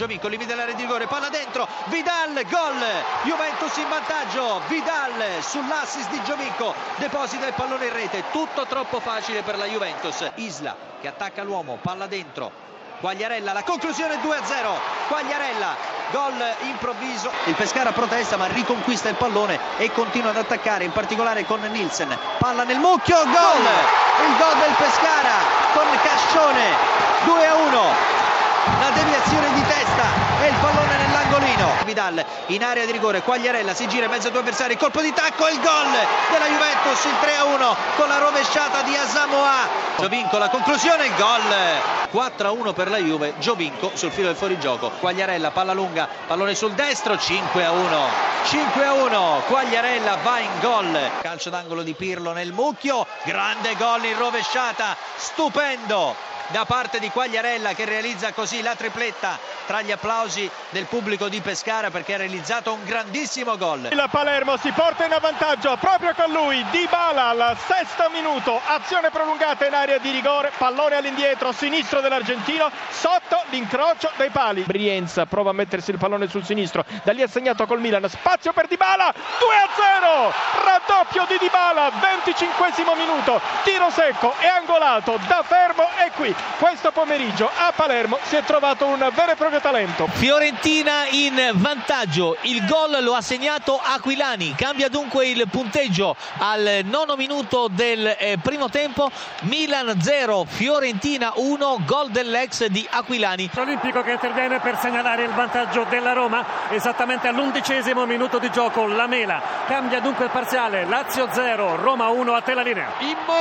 Giovinco, limite l'area di rigore, palla dentro, Vidal, gol, Juventus in vantaggio, Vidal sull'assist di Giovinco, deposita il pallone in rete, tutto troppo facile per la Juventus. Isla che attacca l'uomo, palla dentro, Quagliarella, la conclusione 2-0, Quagliarella, gol improvviso. Il Pescara protesta ma riconquista il pallone e continua ad attaccare, in particolare con Nielsen, palla nel mucchio, gol! Il gol del Pescara con Cascione, 2-1. La deviazione di testa e il pallone nell'angolino. Vidal in area di rigore, Quagliarella si gira in mezzo ai due avversari, colpo di tacco, il gol della Juventus, il 3-1 con la rovesciata di Asamoah. Giovinco, la conclusione, il gol. 4-1 per la Juve, Giovinco sul filo del fuorigioco, Quagliarella, palla lunga, pallone sul destro, 5-1, Quagliarella va in gol. Calcio d'angolo di Pirlo nel mucchio, grande gol in rovesciata, stupendo da parte di Quagliarella che realizza così la tripletta tra gli applausi del pubblico di Pescara perché ha realizzato un grandissimo gol. Il Palermo si porta in avvantaggio proprio con lui, Dybala al 6° minuto, azione prolungata in area di rigore, pallone all'indietro, sinistro dell'argentino, sotto l'incrocio dei pali. Brienza prova a mettersi il pallone sul sinistro, da lì ha segnato col Milan, spazio per Dybala, 2-0, raddoppio di Dybala, 25° minuto, tiro secco e angolato da fermo e qui. Questo pomeriggio a Palermo si è trovato un vero e proprio talento. Fiorentina in vantaggio, il gol lo ha segnato Aquilani, cambia dunque il punteggio al 9° minuto del primo tempo. Milan 0, Fiorentina 1, gol dell'ex di Aquilani. Olimpico che interviene per segnalare il vantaggio della Roma esattamente all'11° minuto di gioco. Lamela cambia dunque il parziale, Lazio 0, Roma 1, a te la linea.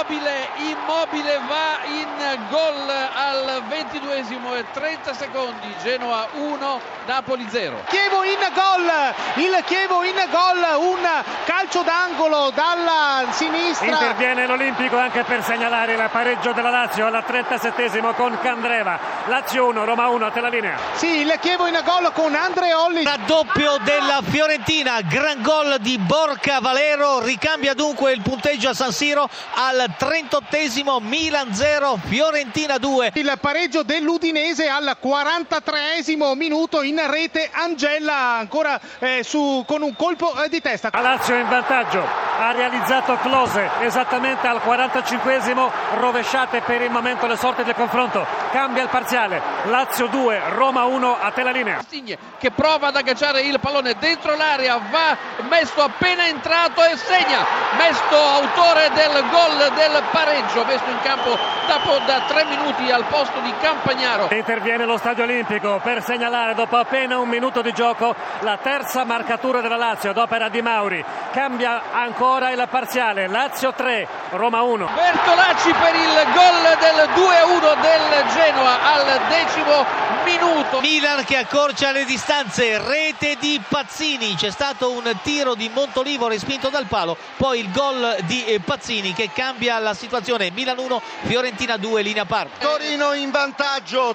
Immobile va in gol al 22° e 30 secondi, Genoa 1, Napoli 0. Chievo in gol, il Chievo in gol, un calcio d'angolo dalla sinistra. Interviene l'Olimpico anche per segnalare il pareggio della Lazio al 37° con Candreva. Lazio 1, Roma 1, a te la linea. Sì, il Chievo in gol con Andreolli. Raddoppio della Fiorentina, gran gol di Borca Valero, ricambia dunque il punteggio a San Siro al 38°, Milan 0, Fiorentina 2. Il pareggio dell'Udinese al 43° minuto, in rete Angella ancora con un colpo di testa. La Lazio in vantaggio, ha realizzato Klose esattamente al 45°, rovesciate per il momento le sorti del confronto, cambia il parziale, Lazio 2, Roma 1, a te la linea. Stigne che prova ad agganciare il pallone dentro l'area, va Mesto appena entrato e segna. Mesto autore del gol del pareggio, messo in campo da 3 minuti al posto di Campagnaro. Interviene lo Stadio Olimpico per segnalare dopo appena 1 minuto di gioco la terza marcatura della Lazio ad opera di Mauri, cambia ancora il parziale, Lazio 3, Roma 1. Bertolacci per il gol del 2-1 del Genoa al 10° minuto. Milan che accorcia le distanze, rete di Pazzini, c'è stato un tiro di Montolivo respinto dal palo, poi il gol di Pazzini che cambia la situazione. Milan 1, Fiorentina 2, linea parte. Torino in vantaggio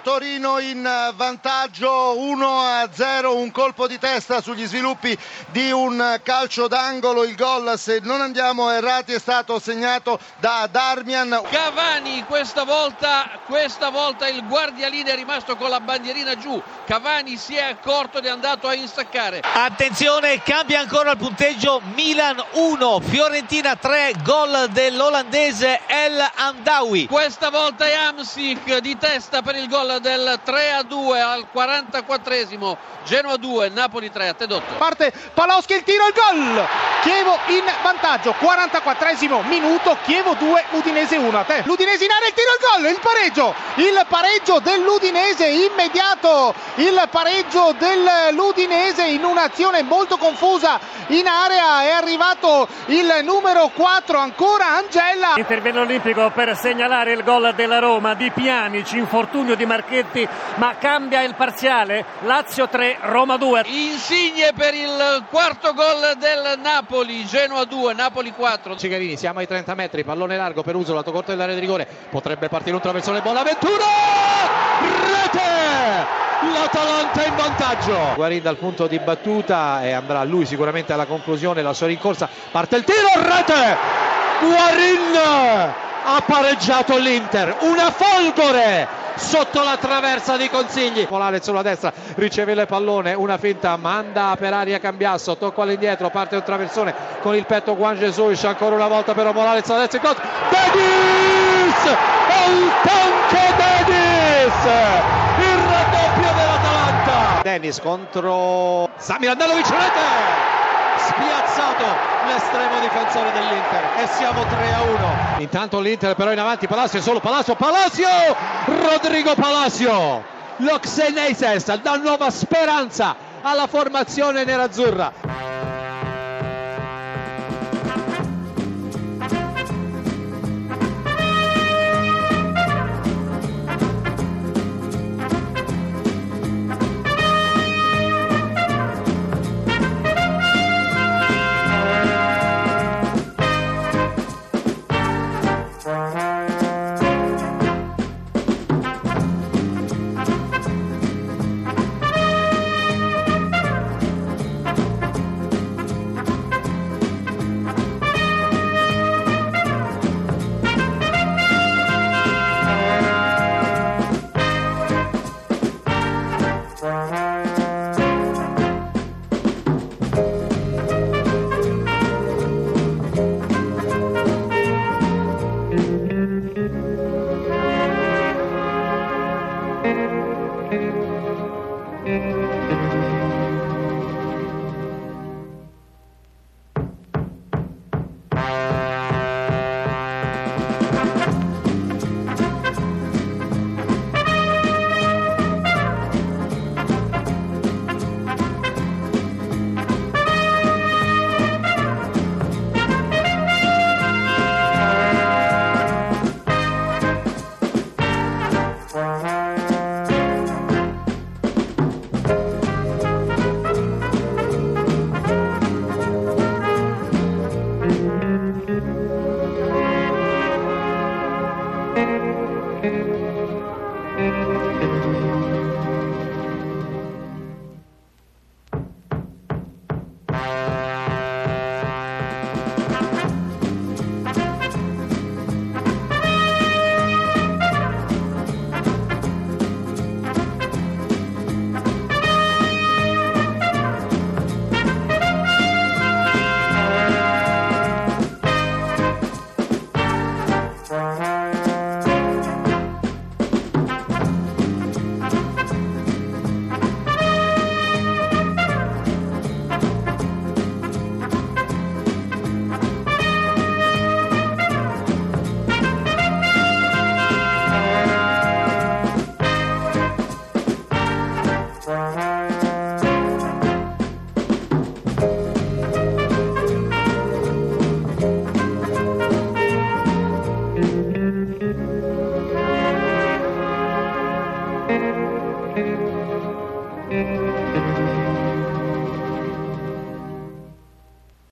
1-0, un colpo di testa sugli sviluppi di un calcio d'angolo. Il gol, se non andiamo errati, è stato segnato da Darmian. Cavani questa volta il guardialine è rimasto con la bandierina giù. Cavani si è accorto ed è andato a insaccare. Attenzione, cambia ancora il punteggio, Milan 1, Fiorentina 3, gol dell'olandese El Hamdaoui. Questa volta è Hamsik di testa per il gol del 3-2 al 44°. Genoa 2, Napoli 3, a te Dotto. Parte Paloschi, il tiro, il gol! Chievo in vantaggio, 44° minuto, Chievo 2, Udinese 1, a te. L'Udinese in area, il tiro, il gol, il pareggio dell'Udinese immediato, il pareggio dell'Udinese in un'azione molto confusa in area, è arrivato il numero 4, ancora Angella. Interviene l'Olimpico per segnalare il gol della Roma di Pjanic, infortunio di Marchetti, ma cambia il parziale, Lazio 3, Roma 2. Insigne per il quarto gol del Napoli, Genoa 2, Napoli 4. Cigarini, siamo ai 30 metri, pallone largo per Uso, lato corto dell'area di rigore, potrebbe partire un traversone, Bonaventura, rete! L'Atalanta in vantaggio. Guarin dal punto di battuta e andrà lui sicuramente alla conclusione, la sua rincorsa, parte il tiro, rete! Guarin ha pareggiato l'Inter, una folgore sotto la traversa di Consigli. Morales sulla destra riceve il pallone, una finta, manda per aria Cambiasso, tocco all'indietro, parte un traversone con il petto Juan Jesus, ancora una volta però Morales alla destra, Dedis! Il tanque Dedis! Il raddoppio dell'Atalanta! Dennis contro Samir Handanovic, rete! Spiazzato l'estremo difensore dell'Inter e siamo 3-1. Intanto l'Inter però in avanti, Palacio, solo Palacio, Rodrigo Palacio, lo Xeneises dà nuova speranza alla formazione nerazzurra. Thank you.